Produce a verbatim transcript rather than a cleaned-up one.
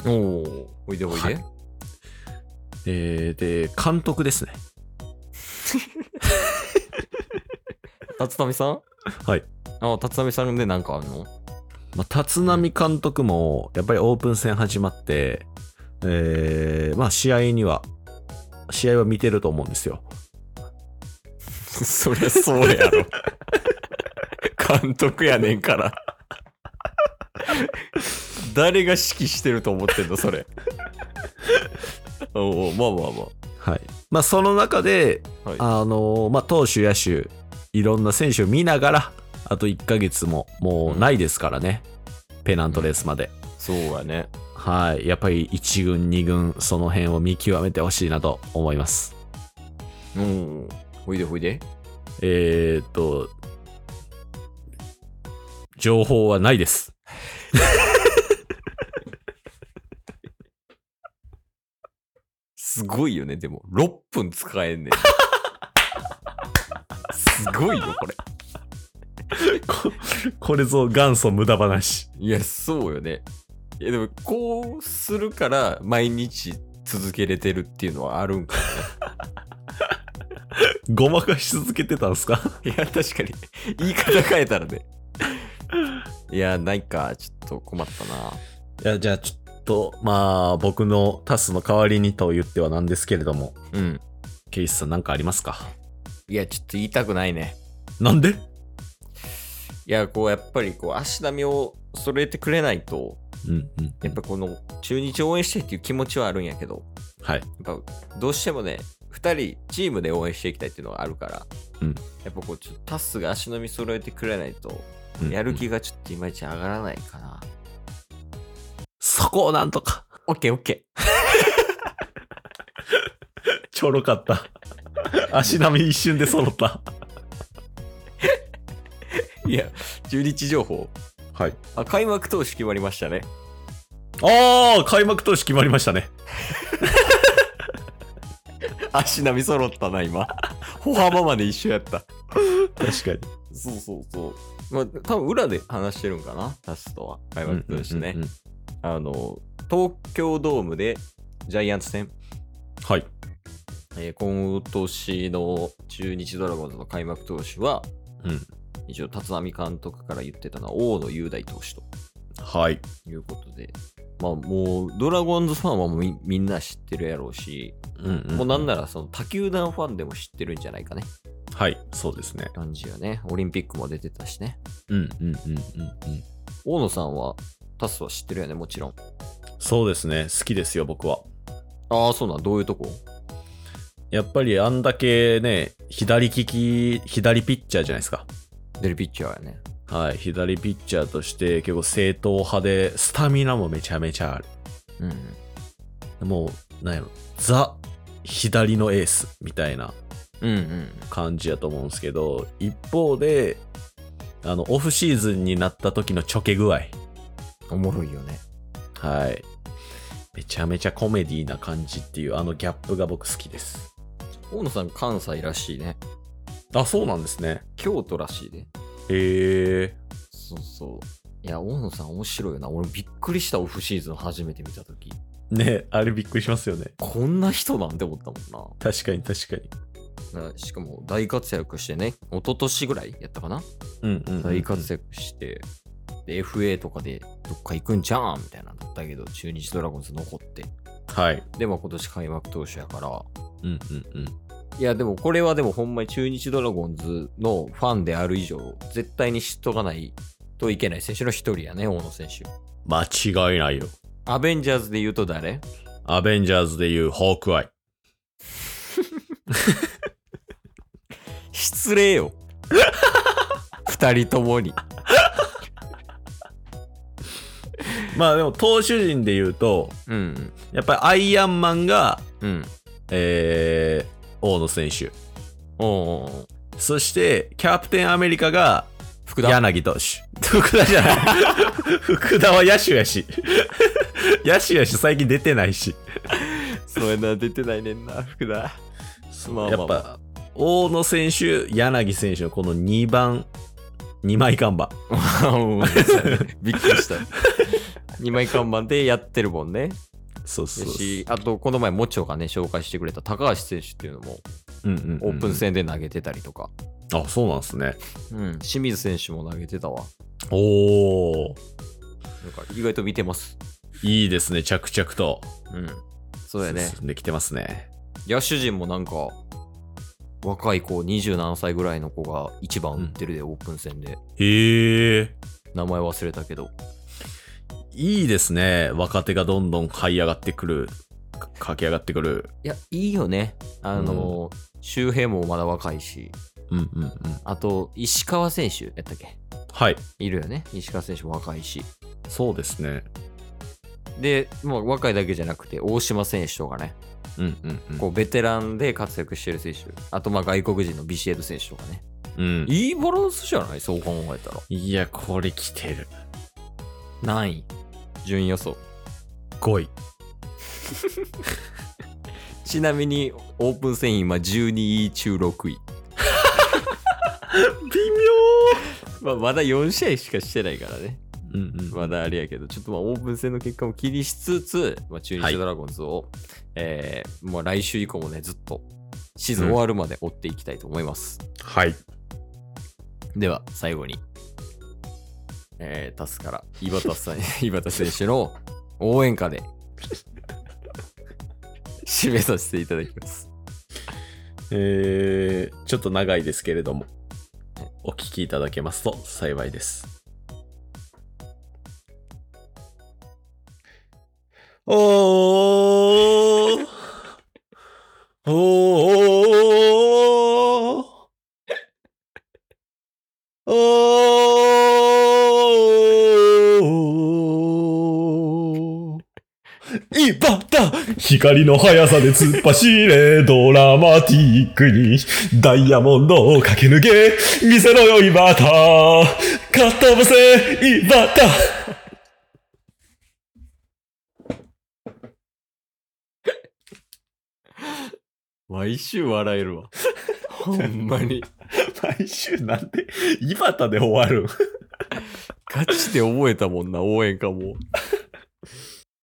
おお、おいでおいで。はい、 えー、で、監督ですね。 立浪さん？ はい。 あ、立浪さんでなんかあんの？ まあ、立浪監督も、やっぱりオープン戦始まって、えー、まあ、試合には、試合は見てると思うんですよ。 そりゃそうやろ。監督やねんから。誰が指揮してると思ってんのそれ。おお、まあまあまあ。はい。まあその中で、はい、あのー、まあ投手野手いろんな選手を見ながら、あといっかげつももうないですからね。うん、ペナントレースまで。 そうやね。 はい。やっぱりいち軍に軍その辺を見極めてほしいなと思います。 うん。ほいでほいで。 えーっと情報はないです。 すごいよね。でもろっぷん使えんねん。すごいよこれ。 こ, これぞ元祖無駄話。 いやそうよね。いやでもこうするから毎日続けれてるっていうのはあるんかね。 ごまかし続けてたんすか？ いや確かに言い方変えたらね。いやないか、ちょっと困ったな。 いやじゃあちょっとまあ僕のタスの代わりにと言ってはなんですけれども、 うん。 ケイスさんなんかありますか？ いやちょっと言いたくないね。 なんで？いやこうやっぱりこう足並みを揃えてくれないと、 うんうん、 やっぱこの中日応援したいっていう気持ちはあるんやけど、 はい。 やっぱどうしてもねふたりチームで応援していきたいっていうのがあるから、 うん、 やっぱこうちょっとタスが足並み揃えてくれないと、うん、やる気がちょっといまいち上がらないかな。 そこをなんとか。 オッケーオッケー。 ちょろかった。足並み一瞬で揃った。 いや、中日情報。 はい。 あ、開幕投手決まりましたね。 ああ、開幕投手決まりましたね。 足並み揃ったな、今。歩幅まで一緒やった。 確かに。 そうそうそう。まあ、多分裏で話してるんかな、タスとは。開幕投手ね。あの、東京ドームでジャイアンツ戦。 はい。 えー、今年の中日ドラゴンズの開幕投手は、 うん、 一応立浪監督から言ってたのは大野雄大投手と、 はい、 いうことで、まあもうドラゴンズファンはもう み, みんな知ってるやろうし、 うんうんうん、 もうなんならその他球団ファンでも知ってるんじゃないかね。 はい、そうですね。 感じよね。オリンピックも出てたしね。 うんうんうんうんうん。 大野さんはタスは知ってるよね、もちろん。 そうですね、好きですよ僕は。 ああ、そうなん、どういうとこ？ やっぱりあんだけね、左利き、左ピッチャーじゃないですか。 左ピッチャーやね。 はい、左ピッチャーとして結構正統派で、スタミナもめちゃめちゃある。 うん。 もう、なんやろ、ザ、左のエースみたいな感じやと思うんですけど、うんうん、一方で、あの、オフシーズンになった時のちょけ具合。 おもろいよね。 はい。めちゃめちゃコメディーな感じっていうあのギャップが僕好きです。 大野さん関西らしいね。 あ、そうなんですね。 京都らしいね。 へえ。 そうそう。いや、大野さん面白いよな。俺びっくりした、オフシーズン初めて見たとき。 ね、あれびっくりしますよね。 こんな人なんて思ったもんな。 確かに確かに。しかも大活躍してね、一昨年ぐらいやったかな。 うんうんうんうん、 大活躍して、で エフエー とかでどっか行くんじゃんみたいなのだったけど、中日ドラゴンズ残って。 はい。 でも今年開幕投手やから。 うんうんうん。 いやでもこれはでもほんまに中日ドラゴンズのファンである以上、絶対に知っとかないといけない選手の一人やね、大野選手。 間違いないよ。 アベンジャーズで言うと誰？ アベンジャーズで言うホークアイ。 失礼よ。二人ともに。 まあでも投手陣で言うと、 うん、 やっぱりアイアンマンが、 うん、 えー、大野選手。 おー。 そしてキャプテンアメリカが福田柳投手。福田じゃない。福田は野手やし。野手やし最近出てないし。 そうやな、出てないねんな、福田。 まあまあまあ、やっぱ大野選手、柳選手のこのにばん、にまい看板。 びっくりした。 にまい看板でやってるもんね。 そうそうそう。 し、あと、この前、もちょがね、紹介してくれた高橋選手っていうのも、 うんうんうんうん、 オープン戦で投げてたりとか。 あ、そうなんですね。 うん。清水選手も投げてたわ。 おー。 なんか意外と見てます。 いいですね、着々と。 うん。そうやね。 進んできてますね。 野手陣もなんか、若い子、にじゅうななさいぐらいの子が一番打ってるで、うん、オープン戦で。 へえ。 名前忘れたけど。 いいですね。若手がどんどん這い上がってくる。駆け上がってくる。 いや、いいよね。あの、うん、周平もまだ若いし。 うんうんうん。 あと、石川選手やったっけ？ はい。 いるよね。石川選手も若いし。 そうですね。 で、もう若いだけじゃなくて、大島選手とかね。 うんうんうん。 こう、ベテランで活躍してる選手。あと、まあ外国人のビシエド選手とかね。 うん。 いいバランスじゃない？そう考えたら。 いや、これ来てる。 何位？順位予想。 ごい。 ちなみに、オープン戦今じゅうにい中ろくい。 微妙。まあ、まだよん試合しかしてないからね。 うんうん、 まだあれやけど、ちょっとまあオープン戦の結果も気にしつつ、まあ、中日ドラゴンズを、はい、えー、もう来週以降もね、ずっとシーズン終わるまで追っていきたいと思います。 うん、はい。 では、最後に、えー、タスから井端さん、井端選手の応援歌で締めさせていただきます。 えー、ちょっと長いですけれども、お聞きいただけますと幸いです。おーおーおーいばった光の速さで突っ走れドラマティックにダイヤモンドを駆け抜け見せろよいばったかっ飛ばせいばった毎週笑えるわ。ほんまに。 毎週なんで、井端で終わる。 ガチで覚えたもんな、応援歌も。